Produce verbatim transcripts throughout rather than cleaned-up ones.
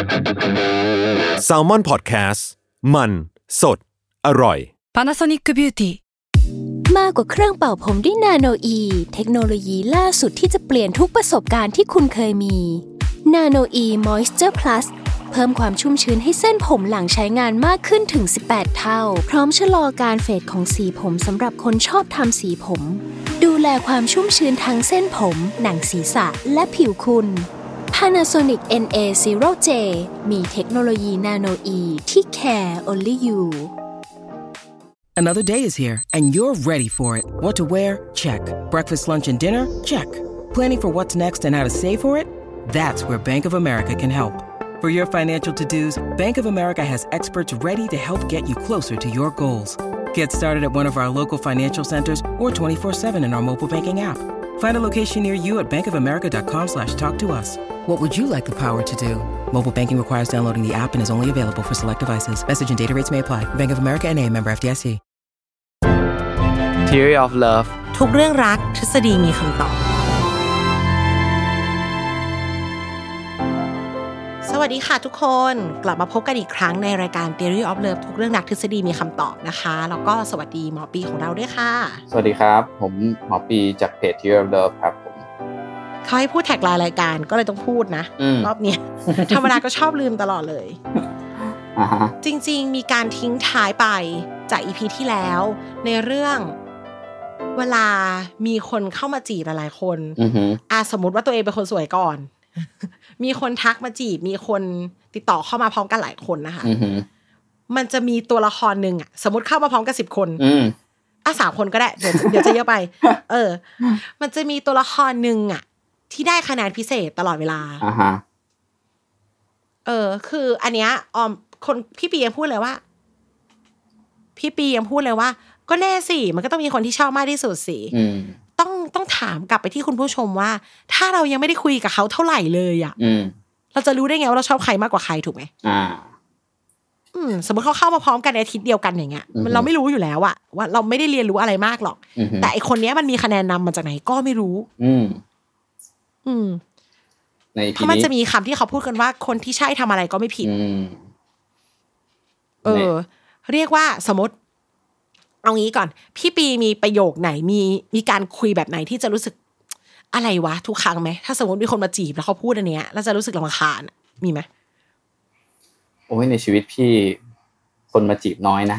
Salmon Podcast มันสดอร่อย Panasonic Beauty มากกว่าเครื่องเป่าผมด้วยนาโนอีเทคโนโลยีล่าสุดที่จะเปลี่ยนทุกประสบการณ์ที่คุณเคยมีนาโนอีมอยส์เจอร์พลัสเพิ่มความชุ่มชื้นให้เส้นผมหลังใช้งานมากขึ้นถึงสิบแปดเท่าพร้อมชะลอการเฟดของสีผมสำหรับคนชอบทำสีผมดูแลความชุ่มชื้นทั้งเส้นผมหนังศีรษะและผิวคุณ Panasonic เอ็น เอ ศูนย์ เจ มีเทคโนโลยีนาโนอีที่ care only you Another day is here, and you're ready for it. What to wear? Check. Breakfast, lunch, and dinner? Check. Planning for what's next and how to save for it? That's where Bank of America can help. For your financial to-dos, Bank of America has experts ready to help get you closer to your goals. Get started at one of our local financial centers or twenty-four seven in our mobile banking app. Find a location near you at bankofamerica.com slash talk to us. What would you like the power to do? Mobile banking requires downloading the app and is only available for select devices. Message and data rates may apply. Bank of America N A, member เอฟ ดี เอส ซี Theory of Love ทุกเรื่องรักทฤษฎีมีคำตอบสวัสดีค่ะทุกคนกลับมาพบกันอีกครั้งในรายการ Theory of Love ทุกเรื่องรักทฤษฎีมีคำตอบนะคะแล้วก็สวัสดีหมอปีของเราด้วยค่ะสวัสดีครับผมหมอปีจากเพจ Theory of Love ครับผมเขาให้พูดแท็กไลน์รายการก็เลยต้องพูดนะรอบนี้ ธรรมดาก็ชอบลืมตลอดเลย จริงๆมีการทิ้งท้ายไปจาก อี พี ที่แล้วในเรื่องเวลามีคนเข้ามาจีบหลายๆคนอ่ะสมมุติว่าตัวเองเป็นคนสวยก่อน มีคนทักมาจีบมีคนติดต่อเข้ามาพร้อมกันหลายคนนะคะมันจะมีตัวละครนึงอ่ะสมมุติเข้ามาพร้อมกันสิบคนอ่ะสามคนก็ได้เดี๋ยวเดี๋ยวจะเยอะไปเออมันจะมีตัวละครนึงอ่ะที่ได้คะแนนพิเศษตลอดเวลาอ่าฮะเออคืออันเนี้ยออมคนพี่ปียังพูดเลยว่าพี่ปียังพูดเลยว่าก็แน่สิมันก็ต้องมีคนที่ชอบมากที่สุดสิต้องต้องถามกลับไปที่คุณผู้ชมว่าถ้าเรายังไม่ได้คุยกับเขาเท่าไหร่เลยอ่ะเราจะรู้ได้ไงว่าเราชอบใครมากกว่าใครถูกไหมอ่าอืมสมมติเขาเข้ามาพร้อมกันในอาทิตย์เดียวกันอย่างเงี้ยมันเราไม่รู้อยู่แล้วอะว่าเราไม่ได้เรียนรู้อะไรมากหรอกแต่ไอคนเนี้ยมันมีคะแนนนำมาจากไหนก็ไม่รู้อืมอืมในเพราะมันจะมีคำที่เขาพูดกันว่าคนที่ใช่ทำอะไรก็ไม่ผิดเออเรียกว่าสมมติเอางี้ก่อนพี่ปีมีประโยคไหนมีมีการคุยแบบไหนที่จะรู้สึกอะไรวะทุกครั้งไหมถ้าสมมติมีคนมาจีบแล้วเขาพูดอันเนี้ยแล้วจะรู้สึกรำคาญมีไหมโอ้ยในชีวิตพี่คนมาจีบน้อยนะ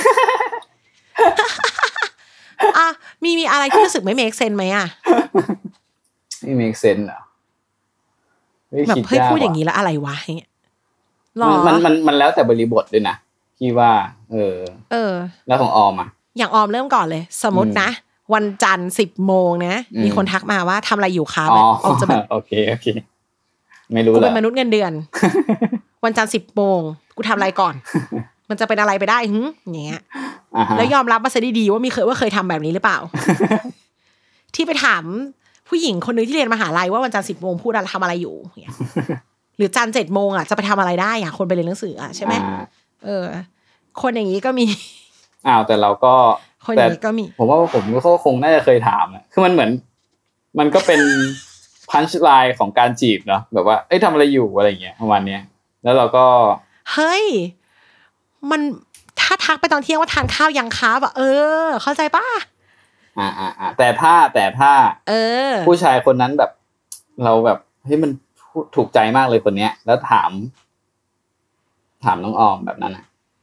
อ่ะมีมีอะไรที่รู้สึกไม่เมคเซนส์ไหมอ่ะไม่เมคเซนส์เหรอแบบเฮ้ยพูดอย่างนี้แล้วอะไรวะอย่างเงี้ยมันมันมันแล้วแต่บริบทด้วยนะพี่ว่าเออเออแล้วของออมอ่ะอย่างออมเริ่มก่อนเลยสมมตินะวันจันทร์สิบโมงนะมีคนทักมาว่าทำอะไรอยู่คะแบบออมจะแบบโอเคโอเคไม่รู้เลยกูเป็นมนุษย์เงินเดือนวันจันทร์สิบโมงกูทำอะไรก่อนมันจะเป็นอะไรไปได้หึอย่างเงี้ยแล้วยอมรับมาซะดีๆว่ามีเคยว่าเคยทำแบบนี้หรือเปล่า ที่ไปถามผู้หญิงคนนึงที่เรียนมหาลัยว่าวันจันทร์สิบโมงพูดอะไรทำอะไรอยู่อย่างเงี้ยหรือจันทร์เจ็ดโมงอ่ะจะไปทำอะไรได้อ่ะคนไปเรียนหนังสืออ่ะใช่ไหมเออคนอย่างนี้ก็มีอ้าวแต่เราก็คนอย่างนี้ก็มีผมว่าผมก็คงน่าจะเคยถามอ่ะคือมันเหมือนมันก็เป็นพันช์ไลน์ของการจีบเนาะแบบว่าเอ้ยทำอะไรอยู่อะไรเงี้ยประมาณเนี้ยแล้วเราก็เฮ้ยมันถ้าทักไปตอนเที่ยงว่าทานข้าวยังคะแบบเออเข้าใจป่ะอ่าอ่าอ่าแต่ถ้าแต่ถ้าเออผู้ชายคนนั้นแบบเราแบบเฮ้ยมันถูกใจมากเลยคนเนี้ยแล้วถามถามน้องออมแบบนั้นนะ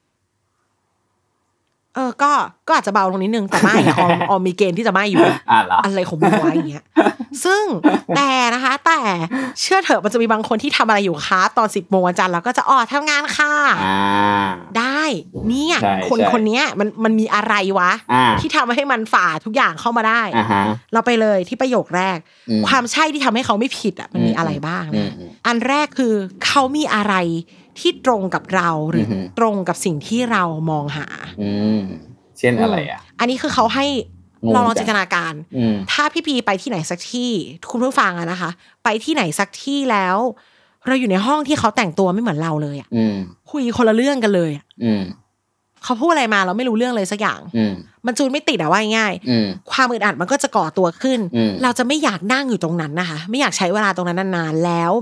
เออก็ก็อาจจะเบาลงนิดนึงแต่ไม่ออมออมมีเกณฑ์ที่จะไม่อยู่อะไรของมึงวะอย่างเงี้ยซึ่งแต่นะคะแต่เชื่อเถอะมันจะมีบางคนที่ทำอะไรอยู่คะตอนสิบโมงวันจันทร์แล้วก็จะอ๋อทำงานค่ะได้เนี่ยคนคนนี้มันมันมีอะไรวะที่ทำให้มันฝ่าทุกอย่างเข้ามาได้เราไปเลยที่ประโยคแรกความใช่ที่ทำให้เขาไม่ผิดอ่ะมันมีอะไรบ้างนะอันแรกคือเขามีอะไรที่ตรงกับเราหรือตรงกับสิ่งที่เรามองหาเช่นอะไรอ่ะอันนี้คือเขาให้เราลองจินตนาการถ้าพี่ปีไปที่ไหนสักที่คุณผู้ฟังอะนะคะไปที่ไหนสักที่แล้วเราอยู่ในห้องที่เขาแต่งตัวไม่เหมือนเราเลยอ่ะคุยคนละเรื่องกันเลยอ่ะเขาพูดอะไรมาเราไม่รู้เรื่องเลยสักอย่างมันจูนไม่ติดอะว่าง่ายความอึดอัดมันก็จะก่อตัวขึ้นเราจะไม่อยากนั่งอยู่ตรงนั้นนะคะไม่อยากใช้เวลาตรงนั้นนานๆแล้ว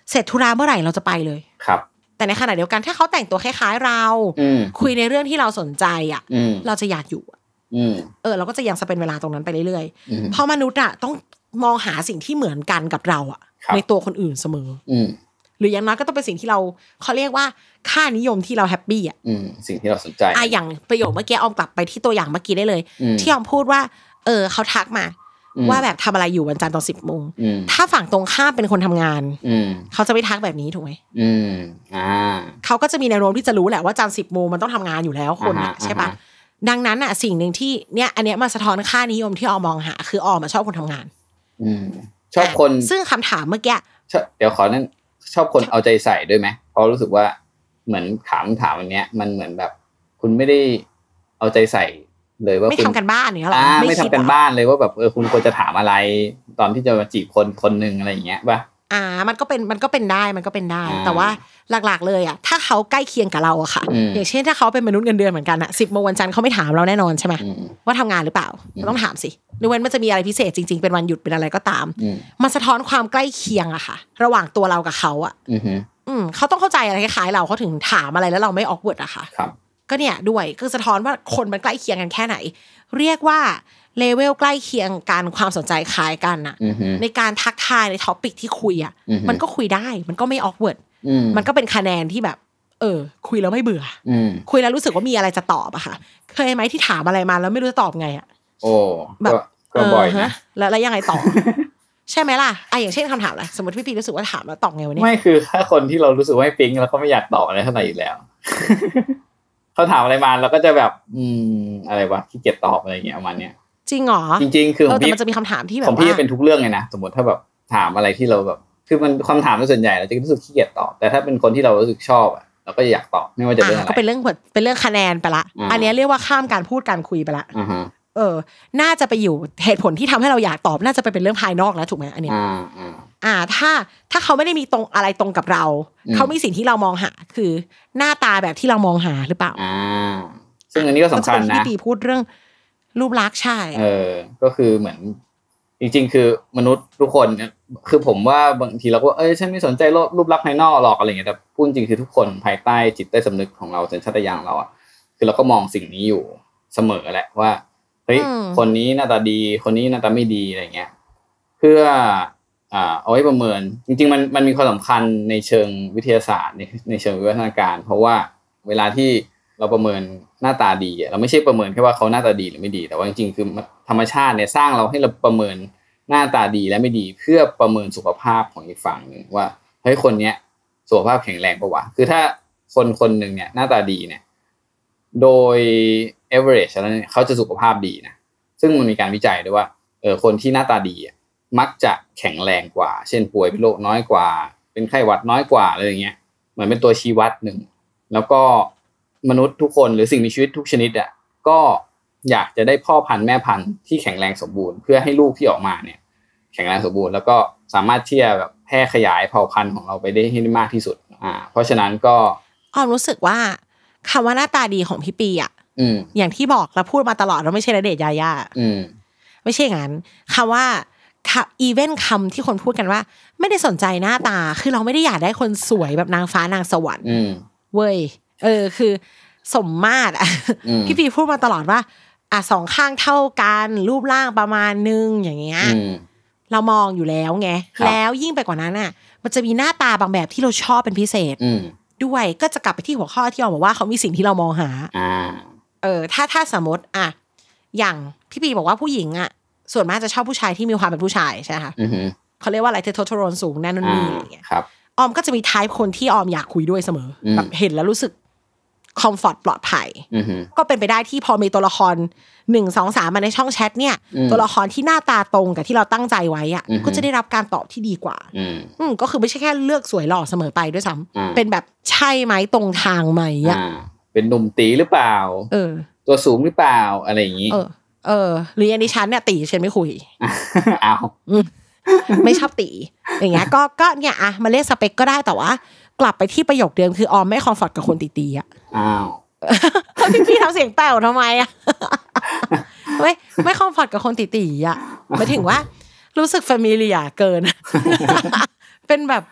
เสร็จธุระเมื่อไหร่เราจะไปเลยครับแต่ในขณะเดียวกันถ้าเขาแต่งตัวคล้ายๆเราคุยในเรื่องที่เราสนใจอ่ะเราจะอยากอยู่เออเราก็จะยังสเปนเวลาตรงนั้นไปเรื่อยๆเพราะมนุษย์อ่ะต้องมองหาสิ่งที่เหมือนกันกับเราอ่ะในตัวคนอื่นเสมอหรืออย่างน้อยก็ต้องเป็นสิ่งที่เราเขาเรียกว่าค่านิยมที่เราแฮปปี้อ่ะสิ่งที่เราสนใจอ่ะอย่างประโยคเมื่อกี้ออมกลับไปที่ตัวอย่างเมื่อกี้ได้เลยที่ออมพูดว่าเออเขาทักมาว่าแบบทำอะไรอยู่วันจันทร์ตอนสิบโมงถ้าฝั่งตรงข้ามเป็นคนทำงานเขาจะไม่ทักแบบนี้ถูกไหมเขาก็จะมีแนวโน้มที่จะรู้แหละว่าจันทร์สิบโมงมันต้องทำงานอยู่แล้วคนอ่ะใช่ปะดังนั้นอ่ะสิ่งหนึ่งที่เนี่ยอันเนี้ยมาสะท้อนค่านิยมที่ออมมองหาคือออมชอบคนทำงานชอบคนซึ่งคำถามเมื่อกี้เดี๋ยวขอนั่นชอบคนเอาใจใส่ด้วยไหมเพราะรู้สึกว่าเหมือนถามถามอันเนี้ยมันเหมือนแบบคุณไม่ได้เอาใจใส่เลยว่าไม่ทำกันบ้านเนี่ยหรอไม่ทำกันบ้านเลยว่าแบบเออคุณควรจะถามอะไรตอนที่จะมาจีบคนคนนึงอะไรอย่างเงี้ยป่ะอ่ามันก็เป็นมันก็เป็นได้มันก็เป็นได้แต่ว่าหลักๆเลยอ่ะถ้าเขาใกล้เคียงกับเราอะค่ะอย่างเช่นถ้าเขาเป็นมนุษย์เงินเดือนเหมือนกันอะสิบโมงวันจันทร์เขาไม่ถามเราแน่นอนใช่ไหมว่าทำงานหรือเปล่าเราต้องถามสิหรือว่ามันจะมีอะไรพิเศษจริงๆเป็นวันหยุดเป็นอะไรก็ตามมันสะท้อนความใกล้เคียงอะค่ะระหว่างตัวเรากับเขาอะอืมเขาต้องเข้าใจอะไรคล้ายๆเราเขาถึงถามอะไรแล้วเราไม่ออกเวิร์ดอะค่ะก็เนี่ยด้วยคือสะท้อนว่าคนมันใกล้เคียงกันแค่ไหนเรียกว่าเลเวลใกล้เคียงกันความสนใจคล้ายกันน่ะในการทักทายในท็อปิกที่คุยอ่ะมันก็คุยได้มันก็ไม่ออกเวิร์ดมันก็เป็นคะแนนที่แบบเออคุยแล้วไม่เบื่อคุยแล้วรู้สึกว่ามีอะไรจะตอบอะค่ะเคยไหมที่ถามอะไรมาแล้วไม่รู้จะตอบไงอ่ะโอ้แบบก็บ่อยนะแล้วแล้วยังไงตอบใช่ไหมล่ะอ่ะอย่างเช่นคำถามอะไรสมมติพี่ปีรู้สึกว่าถามแล้วตอบไงวะเนี่ยไม่คือถ้าคนที่เรารู้สึกว่าไม่ปิ๊งแล้วเขาไม่อยากตอบอะไรเท่าไหร่อยู่แล้วเขาถามอะไรมาเราก็จะแบบอืมอะไรวะขี้เกียจตอบอะไรอย่างเงี้ยประมาณเนี้ยจริงเหรอจริงๆคือของพี่มันจะมีคำถามที่แบบของพี่เป็นทุกเรื่องเลยนะสมมติถ้าแบบถามอะไรที่เราแบบคือมันคำถามส่วนใหญ่เราจะรู้สึกขี้เกียจตอบแต่ถ้าเป็นคนที่เรารู้สึกชอบอ่ะเราก็อยากตอบไม่ว่าจะเรื่องอะไรก็เป็นเรื่องเป็นเรื่องคะแนนไปละอันนี้เรียกว่าข้ามการพูดการคุยไปละเออน่าจะไปอยู่เหตุผลที่ทำให้เราอยากตอบน่าจะไปเป็นเรื่องภายนอกแล้วถูกไหมอันเนี้ยอ่าถ้าถ้าเขาไม่ได้มีตรงอะไรตรงกับเราเขามีสิ่งที่เรามองหาคือหน้าตาแบบที่เรามองหาหรือเปล่าอ่าซึ่งอันนี้ก็สำคัญนะที่ตีพูดเรื่องรูปลักษณ์ใช่เออก็คือเหมือนจริงๆคือมนุษย์ทุกคนคือผมว่าบางทีเราก็เอ้ยฉันไม่สนใจรูปลักษณ์ภายนอกหรอกอะไรอย่างเงี้ยแต่พูดจริงคือทุกคนภายใต้จิตใต้สำนึกของเราสัญชาตญาณเราอ่ะคือเราก็มองสิ่งนี้อยู่เสมอแหละว่าเฮ้ยคนนี้หน้าตาดีคนนี้หน้าตาไม่ดีอะไรเงี้ยเพื่ออ่าเอาไว้ประเมินจริงๆมันมันมีความสำคัญในเชิงวิทยาศาสตร์ในในเชิงวิวัฒนาการเพราะว่าเวลาที่เราประเมินหน้าตาดีเราไม่ใช่ประเมินแค่ว่าเขาหน้าตาดีหรือไม่ดีแต่ว่าจริงๆคือธรรมชาติเนี่ยสร้างเราให้เราประเมินหน้าตาดีและไม่ดีเพื่อประเมินสุขภาพของอีกฝั่งนึงว่าเฮ้ยคนเนี้ยสุขภาพแข็งแรงป่ะวะคือถ้าคนคนนึงเนี่ยหน้าตาดีเนี่ยโดย average แล้วเนี่ยเขาจะสุขภาพดีนะซึ่งมันมีการวิจัยด้วยว่าเออคนที่หน้าตาดีมักจะแข็งแรงกว่าเช่นป่วยเป็นโรคน้อยกว่าเป็นไข้หวัดน้อยกว่าอะไรอย่างเงี้ยเหมือนเป็นตัวชี้วัดหนึ่งแล้วก็มนุษย์ทุกคนหรือสิ่งมีชีวิตทุกชนิดอ่ะก็อยากจะได้พ่อพันธุ์แม่พันธุ์ที่แข็งแรงสมบูรณ์เพื่อให้ลูกที่ออกมาเนี่ยแข็งแรงสมบูรณ์แล้วก็สามารถที่จะแบบแพร่ขยายเผ่าพันธุ์ของเราไปได้ให้ได้มากที่สุดอ่าเพราะฉะนั้นก็ความรู้สึกว่าคำว่าหน้าตาดีของพี่ปีอ่ะอย่างที่บอกเราพูดมาตลอดเราไม่ใช่ณเดชน์ยาย่าไม่ใช่งั้นคำว่าอีเวนต์คำที่คนพูดกันว่าไม่ได้สนใจหน้าตาคือเราไม่ได้อยากได้คนสวยแบบนางฟ้านางสวรรค์เว้ยเออคือสมมาตรอ่ะพี่ปีพูดมาตลอดว่าอ่ะสองข้างเท่ากันรูปร่างประมาณนึงอย่างเงี้ยเรามองอยู่แล้วไงแล้วยิ่งไปกว่านั้นอ่ะมันจะมีหน้าตาบางแบบที่เราชอบเป็นพิเศษด้วยก็จะกลับไปที่หัวข้อที่เราบอกว่าเขามีสิ่งที่เรามองหาเออถ้าถ้าสมมติอ่ะอย่างพี่ปีบอกว่าผู้หญิงอ่ะส่วนมากจะชอบผู้ชายที่มีความเป็นผู้ชายใช่ไหมคะเขาเรียกว่าอะไรเทสโทสเตอโรนสูงแน่นอนนี่อะไรอย่างเงี้ยออมก็จะมีไทป์คนที่ออมอยากคุยด้วยเสมอแบบเห็นแล้วรู้สึกคอมฟอร์ตปลอดภัยก็เป็นไปได้ที่พอมีตัวละครหนึ่ง สอง สามมาในช่องแชทเนี่ยตัวละครที่หน้าตาตรงกับที่เราตั้งใจไว้อ่ะก็จะได้รับการตอบที่ดีกว่าอืมก็คือไม่ใช่แค่เลือกสวยหล่อเสมอไปด้วยซ้ำเป็นแบบใช่ไหมตรงทางไหมอ่ะเป็นหนุ่มตีหรือเปล่าเออตัวสูงหรือเปล่าอะไรอย่างนี้เออเออหรืออย่างดิฉันเนี่ยตีฉันไม่คุยอ้าวไม่ชอบตีอย่างเงี้ยก็ก็เนี่ยอะมาเรียกสเปคก็ได้แต่ว่ากลับไปที่ประโยคเดิมคือออมไม่คอมฟอร์ตกับคนตีๆอ่ะอ้าวพี่พี่ทำเสียงแป๋วทำไมอ่ะไม่ไม่คอมฟอร์ตกับคนตีๆอ่ะหมายถึงว่ารู้สึกแฟมิเลียเกินเป็นแบบ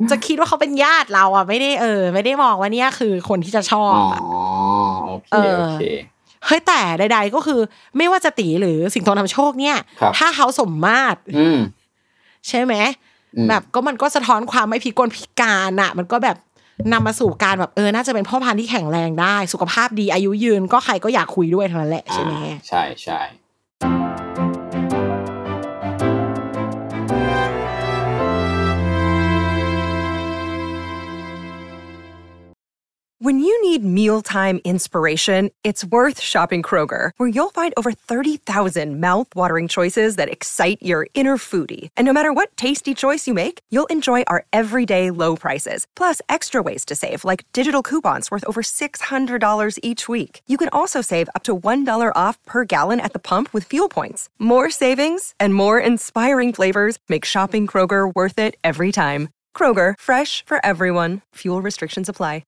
จะคิดว่าเขาเป็นญาติเราอ่ะไม่ได้เออไม่ได้มองว่าเนี่ยคือคนที่จะชอบอ๋อโอเคโอเคเฮ้ยแต่ใดๆก็คือไม่ว่าจะตีหรือสิงโตนำโชคเนี่ยถ้าเขาสมมาตรใช่ไหมแบบก็มันก็สะท้อนความไม่พิกลพิการอ่ะมันก็แบบนำมาสู่การแบบเออน่าจะเป็นพ่อพันธุ์ที่แข็งแรงได้สุขภาพดีอายุยืนก็ใครก็อยากคุยด้วยเท่านั้นแหละใช่ไหมใช่ใช่ When you need mealtime inspiration, it's worth shopping Kroger, where you'll find over thirty thousand mouth-watering choices that excite your inner foodie. And no matter what tasty choice you make, you'll enjoy our everyday low prices, plus extra ways to save, like digital coupons worth over six hundred dollars each week. You can also save up to one dollar off per gallon at the pump with fuel points. More savings and more inspiring flavors make shopping Kroger worth it every time. Kroger, fresh for everyone. Fuel restrictions apply.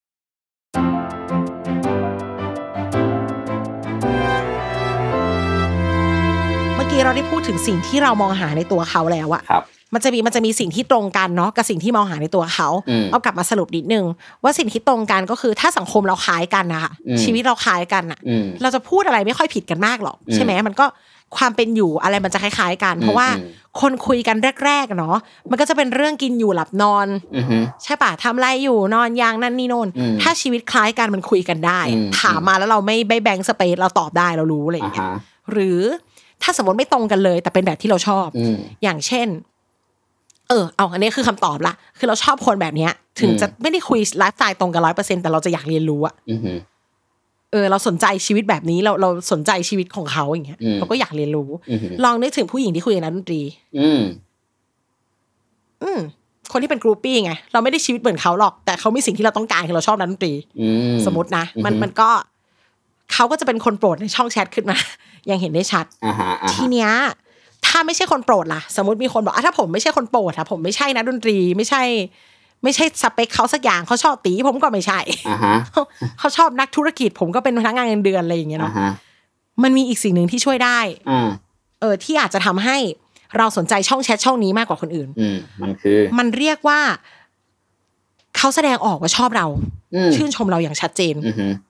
เมื่อกี้เราได้พูดถึงสิ่งที่เรามองหาในตัวเขาแล้วอะมันจะมีมันจะมีสิ่งที่ตรงกันเนาะกับสิ่งที่มองหาในตัวเขาเอากลับมาสรุปนิดนึงว่าสิ่งที่ตรงกันก็คือถ้าสังคมเราคล้ายกันนะคะชีวิตเราคล้ายกันอะเราจะพูดอะไรไม่ค่อยผิดกันมากหรอกใช่ไหมมันก็ความเป็นอยู่อะไรมันจะคล้ายๆกันเพราะว่าคนคุยกันแรกๆเนาะมันก็จะเป็นเรื่องกินอยู่หลับนอนใช่ป่ะทำอะไรอยู่นอนยางนั่นนี่โน่นถ้าชีวิตคล้ายกันมันคุยกันได้ถามมาแล้วเราไม่ไม่แบ่งสเปซเราตอบได้เรารู้อะไรอย่างเงี้ยหรือถ้าสมมติไม่ตรงกันเลยแต่เป็นแบบที่เราชอบอย่างเช่นเออเอาอันนี้คือคำตอบละคือเราชอบคนแบบเนี้ยถึงจะไม่ได้คุยไลฟ์สไตล์ตรงกัน ร้อยเปอร์เซ็นต์ แต่เราจะอยากเรียนรู้อะเออเราสนใจชีวิตแบบนี้เราเราสนใจชีวิตของเขาอย่างเงี้ยเราก็อยากเรียนรู้ลองนึกถึงผู้หญิงที่คุยกับนักดนตรีอืมอืมคนที่เป็นกรูปี้ไงเราไม่ได้ชีวิตเหมือนเขาหรอกแต่เขามีสิ่งที่เราต้องการคือเราชอบนักดนตรีสมมตินะมันมันก็เขาก็จะเป็นคนโปรดในช่องแชทขึ้นมายังเห็นได้ชัดทีเนี้ยถ้าไม่ใช่คนโปรดล่ะสมมติมีคนบอกอ่ะถ้าผมไม่ใช่คนโปรดอะผมไม่ใช่นักดนตรีไม่ใช่ไม่ใช่สเปคเขาสักอย่างเขาชอบตีผมก็ไม่ใช่เขาชอบนักธุรกิจผมก็เป็นพนักงานเงินเดือนอะไรอย่างเงี้ยเนาะมันมีอีกสิ่งหนึ่งที่ช่วยได้เออที่อาจจะทำให้เราสนใจช่องแชทช่องนี้มากกว่าคนอื่นมันคือมันเรียกว่าเขาแสดงออกว่าชอบเราชื่นชมเราอย่างชัดเจน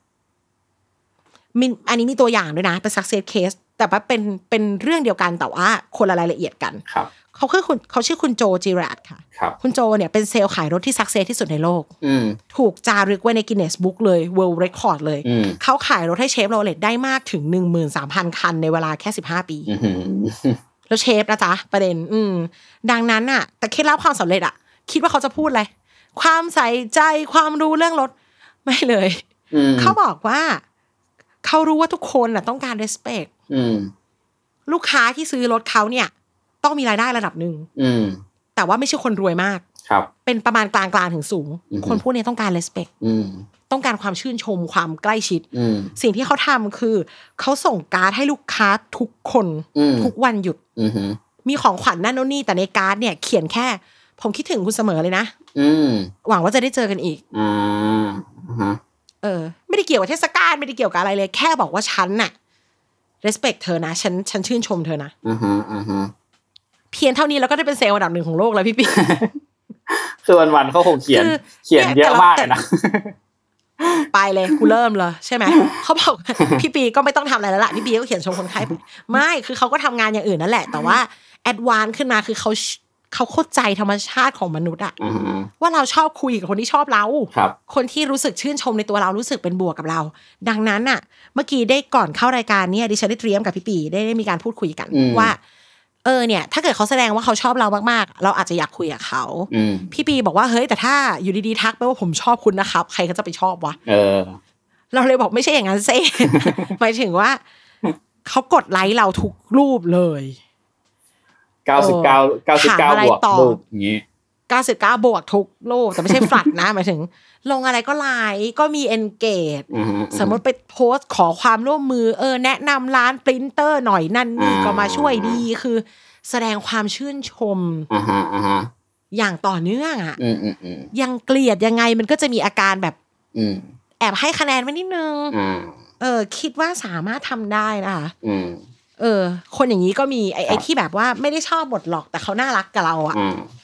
มีอันนี้มีตัวอย่างด้วยนะเป็น success case แต่ว่าเป็นเป็นเรื่องเดียวกันแต่ว่าคนละรายละเอียดกันเขาคือคุณเขาชื่อคุณโจจิรัตค่ะคุณโจเนี่ยเป็นเซลล์ขายรถที่ซักเซสที่สุดในโลกถูกจารึกไว้ใน Guinness Book เลย World Record เลยเขาขายรถให้เชฟโรเลตได้มากถึง หนึ่งหมื่นสามพัน คันในเวลาแค่สิบห้าปีแล้วเชฟนะจ๊ะประเด็นอืมดังนั้นน่ะแต่เคล็ดลับความสำเร็จอะคิดว่าเขาจะพูดอะไรความใส่ใจความรู้เรื่องรถไม่เลยเขาบอกว่าเขารู้ว่าทุกคนน่ะต้องการ respect ลูกค้าที่ซื้อรถเขาเนี่ยต้องมีรายได้ระดับหนึ่งแต่ว่าไม่ใช่คนรวยมากเป็นประมาณกลางๆถึงสูงคนพวกนี้ต้องการ respect ต้องการความชื่นชมความใกล้ชิดสิ่งที่เขาทำคือเขาส่งการ์ดให้ลูกค้าทุกคนทุกวันหยุดมีของขวัญนั่นโน่นนี่แต่ในการ์ดเนี่ยเขียนแค่ผมคิดถึงคุณเสมอเลยนะหวังว่าจะได้เจอกันอีกเออไม่ได้เกี่ยวกับเทศกาลไม่ได้เกี่ยวกับอะไรเลยแค่บอกว่าฉันน่ะ respect เธอนะฉันฉันชื่นชมเธอนะอือฮึอือฮึเพียงเท่านี้แล้วก็ได้เป็นเซลล์อันดับหนึ่งของโลกแล้วพี่ปีคือวันๆเขาคงเขียนเขียนเยอะมากเลยนะไปเลยกูเริ่มเลยใช่ไหมเขาบอกพี่ปีก็ไม่ต้องทำอะไรแล้วล่ะพี่ปีก็เขียนชมคนไข้ไม่คือเขาก็ทำงานอย่างอื่นนั่นแหละแต่ว่าแอดวานซ์ขึ้นมาคือเขาเขาเข้าใจธรรมชาติของมนุษย์อะว่าเราชอบคุยกับคนที่ชอบเราคนที่รู้สึกชื่นชมในตัวเรารู้สึกเป็นบวกกับเราดังนั้นอะเมื่อกี้ได้ก่อนเข้ารายการเนี่ยดิฉันได้เตรียมกับพี่ปีได้ได้มีการพูดคุยกันว่าเออเนี่ยถ้าเกิดเขาแสดงว่าเขาชอบเรามากๆเราอาจจะอยากคุยกับเขาพี่ปีบอกว่าเฮ้ยแต่ถ้าอยู่ดีๆทักไปว่าผมชอบคุณนะครับใครก็จะไปชอบวะเออเราเลยบอกไม่ใช่อย่างนั้นเซ่หมายถึงว่าเขากดไลค์เราทุกรูปเลยเก้าสิบเก้า เก้าสิบเก้าบวกรูปอย่างงี้เก้าสิบเก้าบวกทุกรูปแต่ไม่ใช่ฟลัดนะหมายถึงลงอะไรก็ไลค์ก็มี engage สมมติไปโพสต์ขอความร่วมมือเออแนะนำร้านปรินเตอร์หน่อยนั่นนี่ก็มาช่วยดีคือแสดงความชื่นชมอย่างต่อเนื่องอ่ะยังเกลียดยังไงมันก็จะมีอาการแบบแอบให้คะแนนไว้นิดนึงเออคิดว่าสามารถทำได้นะคะเออคนอย่างนี้ก็มีไอ้ไอ้ที่แบบว่าไม่ได้ชอบบทหรอกแต่เขาน่ารักกับเราอ่ะแต่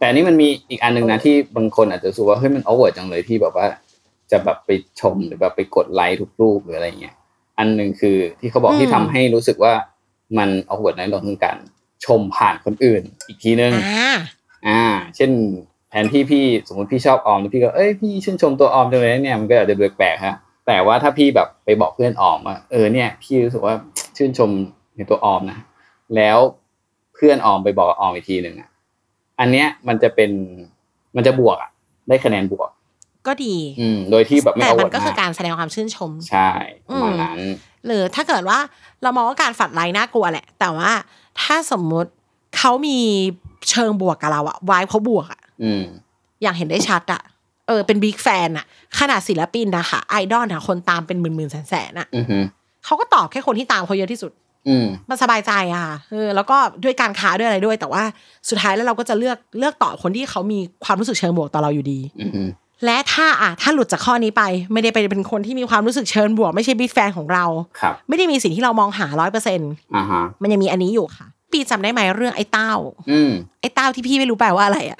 แต่นี่มันมีอีกอันนึงนะที่บางคนอาจจะรู้สึกว่าเฮ้ยมันออฟเวิร์ดจังเลยที่แบบว่าจะแบบไปชมหรือแบบไปกดไลค์ทุกรูปหรืออะไรเงี้ยอันนึงคือที่เขาบอกที่ทำให้รู้สึกว่ามันออฟเวิร์ดในเรื่องของการชมผ่านคนอื่นอีกทีนึงอ่าอ่าเช่นแทนที่พี่สมมติพี่ชอบออมแล้วพี่ก็เอ้ยพี่ชื่นชมตัวออมจังเลยเนี่ยมันก็อาจจะแปลกๆฮะแต่ว่าถ้าพี่แบบไปบอกเพื่อนออมว่าเออเนี่ยพี่รู้สึกว่าชื่นชมในตัวออมนะแล้วเพื่อนออมไปบอกออมอีกทีนึงอ่ะอันเนี้ยมันจะเป็นมันจะบวกอ่ะได้คะแนนบวกก็ดีอืมโดยที่แบบไม่เอาแต่มันก็คือการแสดงความชื่นชมใช่ประมาณนั้นหรือถ้าเกิดว่าเรามองว่าการฝัดไลน์น่ากลัวแหละแต่ว่าถ้าสมมุติเขามีเชิงบวกกับเราอะวายเขาบวกอะอย่างเห็นได้ชัดอะเออเป็นบิ๊กแฟนอะขนาดศิลปินนะคะไอดอลอะคนตามเป็นหมื่นๆแสนๆอะเขาก็ตอบแค่คนที่ตามเขาเยอะที่สุดมันสบายใจอะเออแล้วก็ด้วยการค้าด้วยอะไรด้วยแต่ว่าสุดท้ายแล้วเราก็จะเลือกเลือกตอบคนที่เขามีความรู้สึกเชิงบวกต่อเราอยู่ดีและถ้าอ่ะถ้าหลุดจากข้อนี้ไปไม่ได้ไปเป็นคนที่มีความรู้สึกเชิงบวกไม่ใช่บิ๊กแฟนของเราไม่ได้มีสิ่งที่เรามองหา ร้อยเปอร์เซ็นต์ อ่าฮะมันยังมีอันนี้อยู่ค่ะปีจำได้ไหมเรื่องไอ้เต้าไอ้เต้าที่พี่ไม่รู้แปลว่าอะไรอ่ะ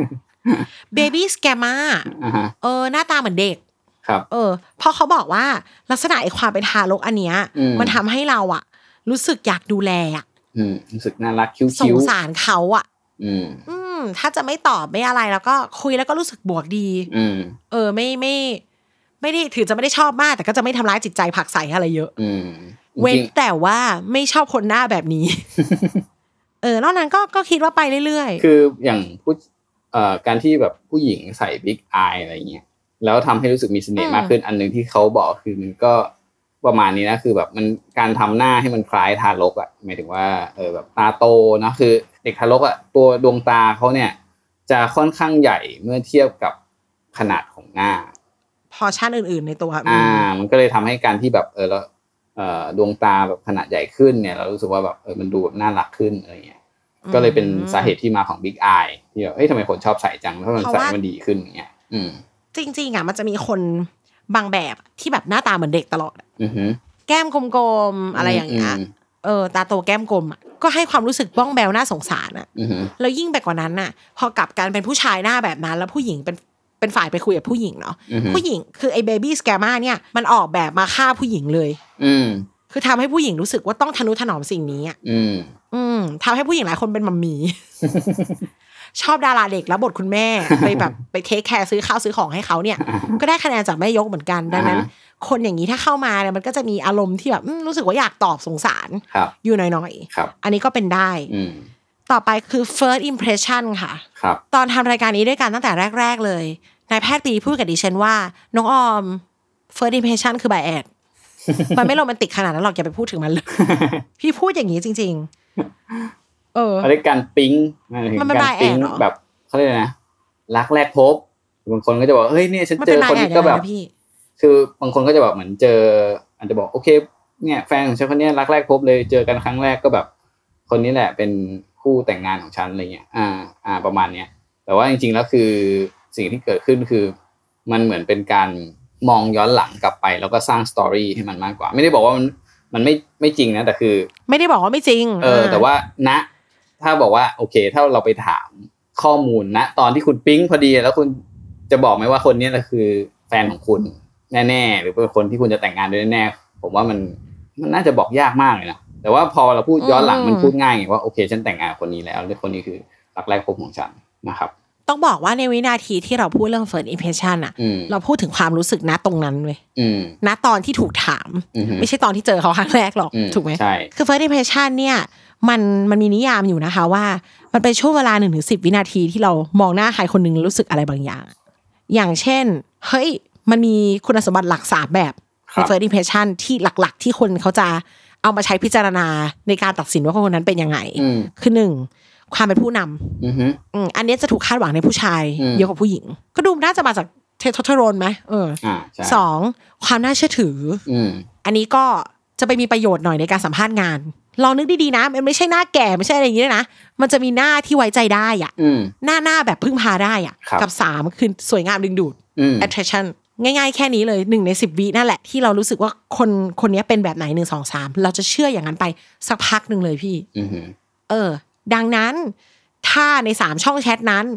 Baby Scammer เออหน้าตาเหมือนเด็กครับเออพอเขาบอกว่าลักษณะไอ้ความเป็นทารกอันเนี้ยมันทำให้เราอ่ะรู้สึกอยากดูแลอ่ะรู้สึกน่ารักคิ้วๆสงสารเขาอ่ะอืมอืมถ้าจะไม่ตอบไม่อะไรแล้วก็คุยแล้วก็รู้สึกบวกดีอืมเออไม่ไม่ไม่ได้ถือจะไม่ได้ชอบมากแต่ก็จะไม่ทำร้ายจิตใจผักใส่อะไรเยอะอืมเว้นแต่ว่าไม่ชอบคนหน้าแบบนี้ เออนอกนั้นก็ก็คิดว่าไปเรื่อยๆคืออย่างผู้เอ่อการที่แบบผู้หญิงใส่บิ๊กอายอะไรเงี้ยแล้วทำให้รู้สึกมีเสน่ห์มากขึ้นอันนึงที่เขาบอกคือมันก็ประมาณนี้นะคือแบบมันการทำหน้าให้มันคล้ายทารกอ่ะหมายถึงว่าเออแบบตาโตนะคือเด็กทารกอ่ะตัวดวงตาเขาเนี่ยจะค่อนข้างใหญ่เมื่อเทียบกับขนาดของหน้าพอชั่นอื่นๆในตัวอ่ามันก็เลยทำให้การที่แบบเออแล้วเอ่อดวงตาแบบขนาดใหญ่ขึ้นเนี่ยเรารู้สึกว่าแบบเออมันดูแบบน่ารักขึ้นอะไรเงี้ยก็เลยเป็นสาเหตุที่มาของ Big Eye ที่แบบเอ้ยทำไมคนชอบใส่จังเพราะมันใส่มันดีขึ้นอย่างเงี้ยอืมจริงๆอ่ะมันจะมีคนบางแบบที่แบบหน้าตาเหมือนเด็กตลอดอือฮึแก้มกลมๆอะไรอย่างเงี้ยเออตาโตแก้มกลมอ่ะก็ให้ความรู้สึกบ้องแบวน่าสงสารอ่ะแล้วยิ่งไปกว่านั้นน่ะพอกลับกันเป็นผู้ชายหน้าแบบนั้นแล้วผู้หญิงเป็นเป็นฝ่ายไปคุยกับผู้หญิงเนาะผู้หญิงคือไอ้เบบี้สแกมม่าเนี่ยมันออกแบบมาฆ่าผู้หญิงเลยอืมคือทำให้ผู้หญิงรู้สึกว่าต้องทนุถนอมสิ่งนี้อ่ะอืมอืมทำให้ผู้หญิงหลายคนเป็นมัมมี่ ชอบดาราเด็กแล้วบทคุณแม่ไปแบบไปเทคแคร์ซื้อข้าวซื้อของให้เขาเนี่ยก็ได้คะแนนจากแม่ยกเหมือนกันดังนั้นคนอย่างนี้ถ้าเข้ามาเนี่ยมันก็จะมีอารมณ์ที่แบบรู้สึกว่าอยากตอบสงสารอยู่หน่อยๆอันนี้ก็เป็นได้ต่อไปคือ first impression ค่ะตอนทำรายการนี้ด้วยกันตั้งแต่แรกๆเลยนายแพทย์ปีพูดกับดิฉันว่าน้องออม first impression คือ bias มันไม่โรแมนติกขนาดนั้นหรอกอย่าไปพูดถึงมันเลยพี่พูดอย่างนี้จริงๆเอออะไรการปิ๊งมันเป็นการปิ๊งแบบเขาเรียกนะรักแรกพบบางคนก็จะบอกเฮ้ยเนี่ยฉันเจอคนนี้ก็แบบคือบางคนก็จะแบบเหมือนเจออาจจะบอกโอเคเนี่ยแฟนของฉันคนนี้รักแรกพบเลยเจอกันครั้งแรกก็แบบคนนี้แหละเป็นคู่แต่งงานของฉันอะไรเงี้ยอ่าอ่าประมาณเนี้ยแต่ว่าจริงๆแล้วคือสิ่งที่เกิดขึ้นคือมันเหมือนเป็นการมองย้อนหลังกลับไปแล้วก็สร้างสตอรี่ให้มันมากกว่าไม่ได้บอกว่ามันมันไม่ไม่จริงนะแต่คือไม่ได้บอกว่าไม่จริงเออแต่ว่าณถ้าบอกว่าโอเคถ้าเราไปถามข้อมูลณตอนที่คุณปิ๊งพอดีแล้วคุณจะบอกไหมว่าคนนี้แหละคือแฟนของคุณแน่ๆหรือเป็นคนที่คุณจะแต่งงานด้วยแน่ๆผมว่ามันมันน่าจะบอกยากมากเลยนะแต่ว่าพอเราพูดย้อนหลังมันพูดง่ายไงว่าโอเคฉันแต่งงานคนนี้แล้วและคนนี้คือรักแรกพบของฉันนะครับต้องบอกว่าในวินาทีที่เราพูดเรื่อง first impression อ่ะเราพูดถึงความรู้สึกณตรงนั้นเว้ยณตอนที่ถูกถามไม่ใช่ตอนที่เจอเขาครั้งแรกหรอกถูกไหมคือ first impression เนี่ยมันมันมีนิยามอยู่นะคะว่ามันเป็นช่วงเวลา หนึ่งถึงสิบ วินาทีที่เรามองหน้าใครคนนึงรู้สึกอะไรบางอย่างอย่างเช่นเฮ้ยมันมีคุณสมบัติหลักสามแบบใน first impression ที่หลักๆที่คนเขาจะเอามาใช้พิจารณาในการตัดสินว่าคนนั้นเป็นยังไงคือหนึ่งความเป็นผู้นำอืมอันนี้จะถูกคาดหวังในผู้ชายเยอะกว่าผู้หญิงก็ดูน่าจะมาจากเทสโทสเตอโรนไหมเออสองความน่าเชื่อถืออันนี้ก็จะไปมีประโยชน์หน่อยในการสัมภาษณ์งานลองนึกดีๆนะมันไม่ใช่หน้าแก่ไม่ใช่อะไรอย่างนี้นะมันจะมีหน้าที่ไว้ใจได้อ่ะหน้าหน้าแบบพึ่งพาได้อ่ะกับสามคือสวยงามดึงดูด attraction ง่ายๆแค่นี้เลยหนึ่งในสิบวินั่นแหละที่เรารู้สึกว่าคนคนนี้เป็นแบบไหนหนึ่ง สอง สามเราจะเชื่ออย่างนั้นไปสักพักนึงเลยพี่เออดังนั้นถ้าในสามช่องแชทนั้น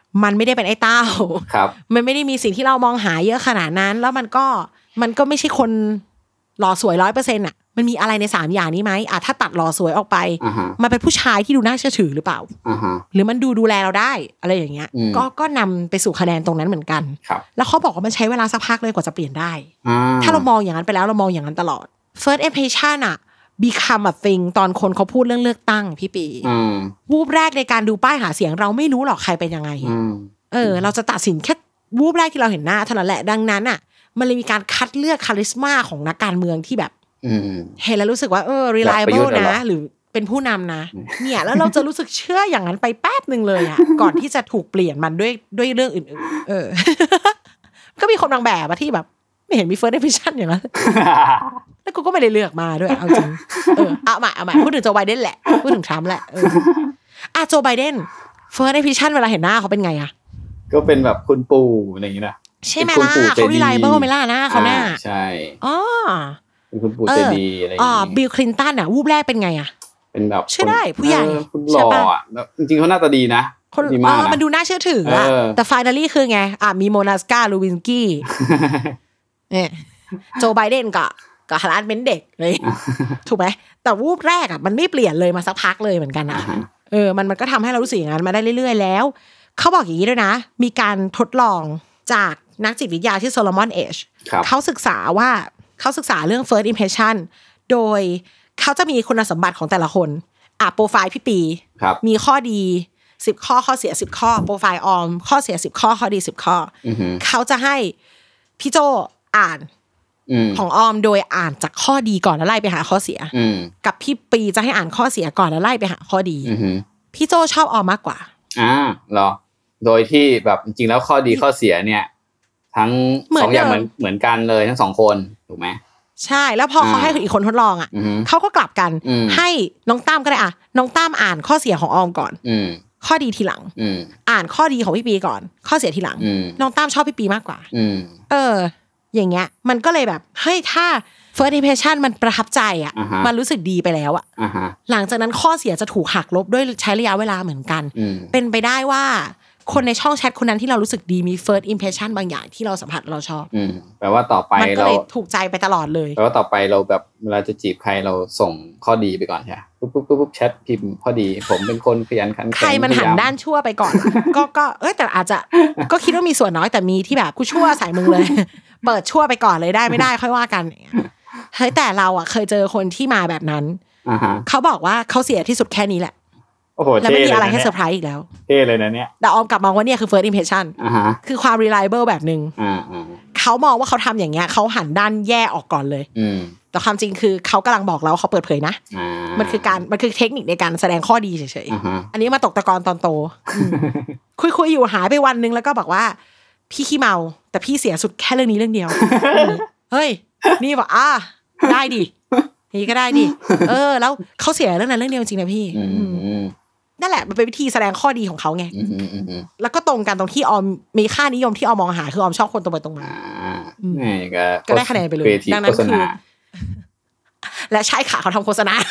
มันไม่ได้เป็นไอ้เต้าครับมันไม่ได้มีสิ่งที่เรามองหาเยอะขนาดนั้นแล้วมันก็มันก็ไม่ใช่คนหล่อสวย ร้อยเปอร์เซ็นต์ อ่ะมันมีอะไรในสามอย่างนี้ไหมอ่ะถ้าตัดหล่อสวยออกไป uh-huh. มันเป็นผู้ชายที่ดูน่าเชื่อถือหรือเปล่า uh-huh. หรือมันดูดูแลเราได้อะไรอย่างเงี้ยก็ก็นำไปสู่คะแนนตรงนั้นเหมือนกันแล้วเขาบอกว่ามันใช้เวลาสักพักเลยกว่าจะเปลี่ยนได้ uh-huh. ถ้าเรามองอย่างนั้นไปแล้วเรามองอย่างนั้นตลอด first impression อ่ะ become a thing ตอนคนเขาพูดเรื่องเลือกตั้งพี่ปีวูบแรกในการดูป้ายหาเสียงเราไม่รู้หรอกใครเป็นยังไงเออเราจะตัดสินแค่วูบแรกที่เราเห็นหน้าเท่านั้นแหละดังนั้นอ่ะมันเลยมีการคัดเลือกคาริสมาของนักการเมืองที่แบบเห็นแล้วรู้สึกว่าเออ reliable นะหรือเป็นผู้นำนะเนี่ยแล้วเราจะรู้สึกเชื่ออย่างนั้นไปแป๊บนึงเลยอ่ะก่อนที่จะถูกเปลี่ยนมันด้วยด้วยเรื่องอื่นๆเออ ก็มีคนบางแบบอะที่แบบไม่เห็นมี first impression อย่างนั้นแล้วกูก็ไม่ได้เลือกมาด้วยเอาจริงเออเอาใหม่เอาใหม่พูดถึงโจไบเดนแหละพูดถึงทรัมป์แหละเอออ่ะโจไบเดน first impression เวลาเห็นหน้าเขาเป็นไงอะก็เป็นแบบคุณปู่อะไรอย่างงี้นะใช่ไหมล่ะเขา reliable ไหมล่ะหน้าเขาหน้าใช่อ๋อเป็นคุณปู่ใจดีอะไรอย่างงี้อ๋อบิลคลินตันอะวูบแรกเป็นไงอะเป็นแบบใช่ได้ผู้ใหญ่คุณหล่ออ่ะจริงๆเขาหน้าตาดีนะดีมากนะมันดูน่าเชื่อถืออะแต่ finally คือไงอ่ะมีโมนาสกาลูวินกี้เนี่ยโจไบเดนก็ก็ฮาร์ดเป็นเด็กเลยถูกไหมแต่วูบแรกอ่ะมันไม่เปลี่ยนเลยมาสักพักเลยเหมือนกันนะเออมันมันก็ทำให้เรารู้สึกอย่างนั้นมาได้เรื่อยๆแล้วเขาบอกอย่างนี้ด้วยนะมีการทดลองจากนักจิตวิทยาที่โซโลมอนเอชเขาศึกษาว่าเขาศึกษาเรื่อง first impression โดยเขาจะมีคุณสมบัติของแต่ละคนอ่ะโปรไฟล์พี่ปีมีข้อดีสิบข้อข้อเสียสิบข้อโปรไฟล์ออมข้อเสียสิบข้อข้อดีสิบข้อเขาจะให้พี่โจอ่านของออมโดยอ่านจากข้อดีก่อนแล้วไล่ไปหาข้อเสียกับพี่ปีจะให้อ่านข้อเสียก่อนแล้วไล่ไปหาข้อดีพี่โจชอบออมมากกว่าอ่าเหรอโดยที่แบบจริงๆแล้วข้อดีข้อเสียเนี่ยทั้งสองอย่างเหมือนเหมือนกันเลยทั้งสองคนถูกไหมใช่แล้วพอเขาให้อีกคนทดลองอ่ะเขาก็กลับกันให้น้องตั้มก็ได้อ่ะน้องตั้มอ่านข้อเสียของออมก่อนข้อดีทีหลังอ่านข้อดีของพี่ปีก่อนข้อเสียทีหลังน้องตั้มชอบพี่ปีมากกว่าเอออย่างเงี้ยมันก็เลยแบบเฮ้ยถ้า first impression มันประทับใจอ่ะ uh-huh. มันรู้สึกดีไปแล้วอ่ะ uh-huh. หลังจากนั้นข้อเสียจะถูกหักลบด้วยใช้ระยะเวลาเหมือนกันเป็นไปได้ว่าคนในช่องแชทคนนั้นที่เรารู้สึกดีมี first impression บางอย่างที่เราสัมผัสเราชอบแปลว่าต่อไปเรามันก็เลยถูกใจไปตลอดเลยแปลว่าต่อไปเราแบบเวลาจะจีบใครเราส่งข้อดีไปก่อนใช่ไหมปุ๊บปุ๊บปุ๊บแชทพิมพ์ข้อดีผมเป็นคนขยันขันแข็งใครมันหันด้านชั่วไปก่อน ก็ก็เอ้ยแต่อาจจะก็คิดว่ามีส่วนน้อยแต่มีที่แบบกูชั่วใส่มึงเลยเปิดชั่วไปก่อนเลยได้ไม่ได้ค่อยว่ากันเฮ้ยแต่เราอ่ะเคยเจอคนที่มาแบบนั้นเขาบอกว่าเขาเสียที่สุดแค่นี้แหละแล้วไม่มีอะไรให้เซอร์ไพรส์อีกแล้วเท่เลยนะเนี่ยแต่ออมกลับมองว่าเนี่ยคือ first impression คือความ reliable แบบนึงเขามองว่าเขาทำอย่างเงี้ยเขาหันด้านแย่ออกก่อนเลยแต่ความจริงคือเขากำลังบอกเราเขาเปิดเผยนะมันคือการมันคือเทคนิคในการแสดงข้อดีเฉยๆอันนี้มาตกตะกอนตอนโตคุยๆอยู่หายไปวันนึงแล้วก็บอกว่าพี่ขี้เมาแต่พี่เสียสุดแค่เรื่องนี้เรื่องเดียวเฮ้ยนี่บอกอ่ะได้ดินี่ก็ได้ดิเออแล้วเขาเสียเรื่องนั้นเรื่องเดียวจริงนะพี่นั่นแหละมันเป็นวิธีแสดงข้อดีของเขาไงแล้วก็ตรงกันตรงที่ออมมีค่านิยมที่ออมมองหาคือออมชอบคนตรงไปตรงมาก็ได้คะแนนไปเลยดังนั้นคือและใช่ค่ะเขาทำโฆษณา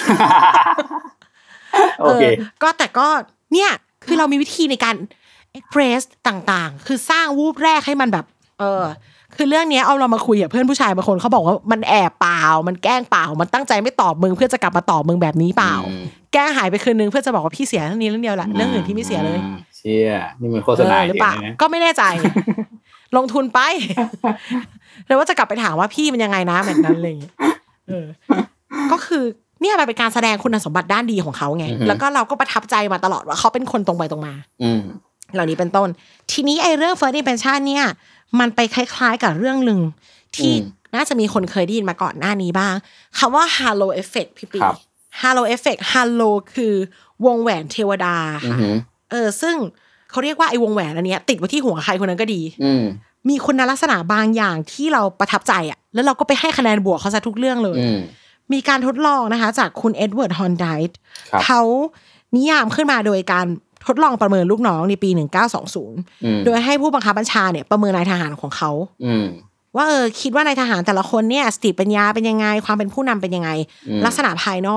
โอเคก็แต่ก็เนี่ยคือเรามีวิธีในการเอ็กเพรสต่างๆคือสร้างวูบแรกให้มันแบบเออคือเรื่องนี้เอาเรามาคุยกับเพื่อนผู้ชายบางคนเขาบอกว่ามันแอบเปล่ามันแกล้งเปล่ามันตั้งใจไม่ตอบมึงเพื่อจะกลับมาตอบมึงแบบนี้เปล่าแกล้งหายไปคืนนึงเพื่อจะบอกว่าพี่เสียเรื่องนี้เรื่องเดียวแหละเรื่องอื่นที่ไม่เสียเลยเชี่ยนี่มันโฆษณาหรือเปล่าก็ไม่แน่ใจลงทุนไปแล้วว่าจะกลับไปถามว่าพี่มันยังไงนะแบบนั้นเลยเออก็คือเนี่ยมันเป็นการแสดงคุณสมบัติด้านดีของเขาไงแล้วก็เราก็ประทับใจมาตลอดว่าเขาเป็นคนตรงไปตรงมาเหล่านี้เป็นต้นทีนี้ไอ้เรื่อง first impression เนี่ยมันไปคล้ายๆกับเรื่องนึงที่น่าจะมีคนเคยได้ยินมาก่อนหน้านี้บ้างคำว่า halo effect พี่ปี halo effect halo คือวงแหวนเทวดาเออซึ่งเขาเรียกว่าไอ้วงแหวนอันเนี้ยติดไว้ที่หัวใครคนนั้นก็ดีมีคุณลักษณะบางอย่างที่เราประทับใจอ่ะแล้วเราก็ไปให้คะแนนบวกเขาซะทุกเรื่องเลยมีการทดลองนะคะจากคุณเอ็ดเวิร์ดฮอนไดท์เขานิยามขึ้นมาโดยการทดลองประเมินลูกน้องในปีหนึ่งพันเก้าร้อยยี่สิบโดยให้ผู้บังคับบัญชาเนี่ยประเมินนายทหารของเขาว่าเออคิดว่านายทหารแต่ละคนเนี่ยสติปัญญาเป็นยังไงความเป็นผู้นำเป็นยังไงลักษณะภายนอก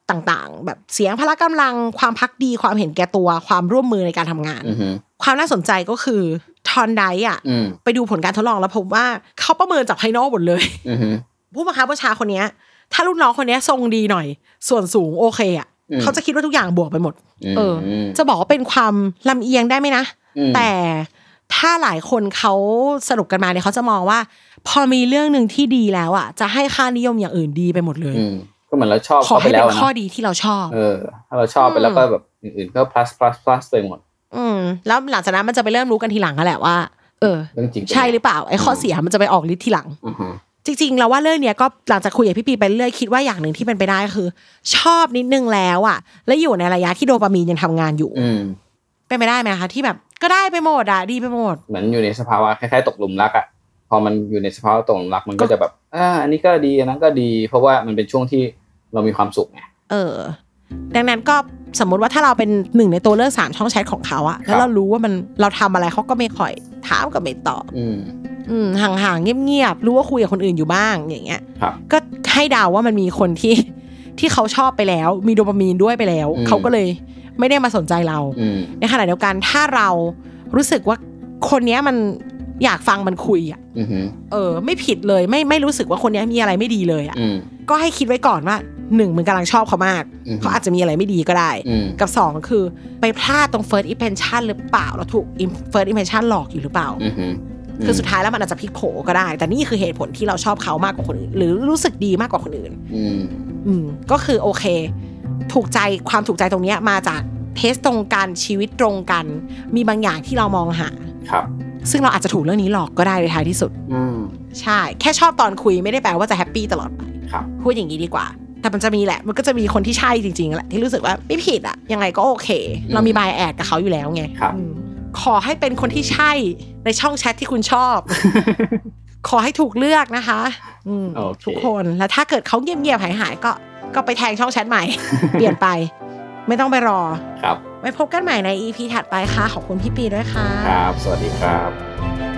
ต่างๆแบบเสียงพละกำลังความภักดีความเห็นแก่ตัวความร่วมมือในการทำงานความน่าสนใจก็คือทอนไดอ่ะไปดูผลการทดลองแล้วพบว่าเขาประเมินจากภายนอกหมดเลยผู้บังคับบัญชาคนนี้ถ้าลูกน้องคนนี้ทรงดีหน่อยส่วนสูงโอเคอ่ะเขาจะคิดว่าทุกอย่างบวกไปหมดเออจะบอกว่าเป็นความลำเอียงได้ไหมนะแต่ถ้าหลายคนเขาสรุปกันมาเนี่ยเขาจะมองว่าพอมีเรื่องนึงที่ดีแล้วอ่ะจะให้ค่านิยมอย่างอื่นดีไปหมดเลยก็เหมือนเราชอบเขาไปแล้วนะขอให้เป็นข้อดีที่เราชอบเออถ้าเราชอบไปแล้วก็แบบอื่นๆก็ plus plus plus ไปหมดอืมแล้วหลังจากนั้นมันจะไปเริ่มรู้กันทีหลังแล้วแหละว่าเออใช่หรือเปล่าไอ้ข้อเสียมันจะไปออกฤทธิ์ทีหลังจริงๆเราว่าเรื่องเนี้ยก็หลังจากคุยกับพี่ปีไปเรื่อยคิดว่าอย่างนึงที่เป็นไปได้คือชอบนิดนึงแล้วอ่ะแล้วอยู่ในระยะที่โดปามีนยังทำงานอยู่เป็นไปได้ไหมคะที่แบบก็ได้ไปหมดอ่ะดีไปหมดเหมือนอยู่ในสภาวะคล้ายๆตกหลุมรักอ่ะพอมันอยู่ในสภาวะตกหลุมรักมันก็จะแบบอ่าอันนี้ก็ดีอันนั้นก็ดีเพราะว่ามันเป็นช่วงที่เรามีความสุขไงเออดังนั้นก็สมมติว่าถ้าเราเป็นหนึ่งในตัวเลือกสามช่องแชทของเขาอะแล้วเรารู้ว่ามันเราทำอะไรเขาก็ไม่ค่อยถามก็ไม่ตอบอืมอืมห่างๆเงียบๆรู้ว่าคุยกับคนอื่นอยู่บ้างอย่างเงี้ยก็ให้เดาว่ามันมีคนที่ที่เขาชอบไปแล้วมีโดปามีนด้วยไปแล้วเขาก็เลยไม่ได้มาสนใจเราในขณะเดียวกันถ้าเรารู้สึกว่าคนนี้มันอยากฟังมันคุยอ่ะเออไม่ผิดเลยไม่ไม่รู้สึกว่าคนนี้มีอะไรไม่ดีเลยอ่ะก็ให้คิดไว้ก่อนว่าหนึ่งมึงกำลังชอบเขามากเขาอาจจะมีอะไรไม่ดีก็ได้กับสองคือไปพลาดตรง first impression หรือเปล่าเราถูก first impression หลอกอยู่หรือเปล่าคือสุดท้ายแล้วมันอาจจะพลิกโผก็ได้แต่นี่คือเหตุผลที่เราชอบเขามากกว่าคนอื่นหรือรู้สึกดีมากกว่าคนอื่นอืมก็คือโอเคถูกใจความถูกใจตรงนี้มาจากเทสตรงกันชีวิตตรงกันมีบางอย่างที่เรามองหาครับซึ่งเราอาจจะถูกเรื่องนี้หลอกก็ได้ในท้ายที่สุดใช่แค่ชอบตอนคุยไม่ได้แปลว่าจะแฮปปี้ตลอดไปพูดอย่างนี้ดีกว่าแต่มันจะมีแหละมันก็จะมีคนที่ใช่จริงๆแหละที่รู้สึกว่าไม่ผิดอ่ะยังไงก็โอเคเรามีบายแอดกับเขาอยู่แล้วไงขอให้เป็นคนที่ใช่ในช่องแชทที่คุณชอบ ขอให้ถูกเลือกนะคะทุกคนแล้วถ้าเกิดเขาเงียบๆหายๆก็ก็ไปแทงช่องแชทใหม่ เปลี่ยนไปไม่ต้องไปรอครับไว้พบกันใหม่ใน อี พี ถัดไปค่ะขอบคุณพี่ปีด้วยค่ะครับสวัสดีครับ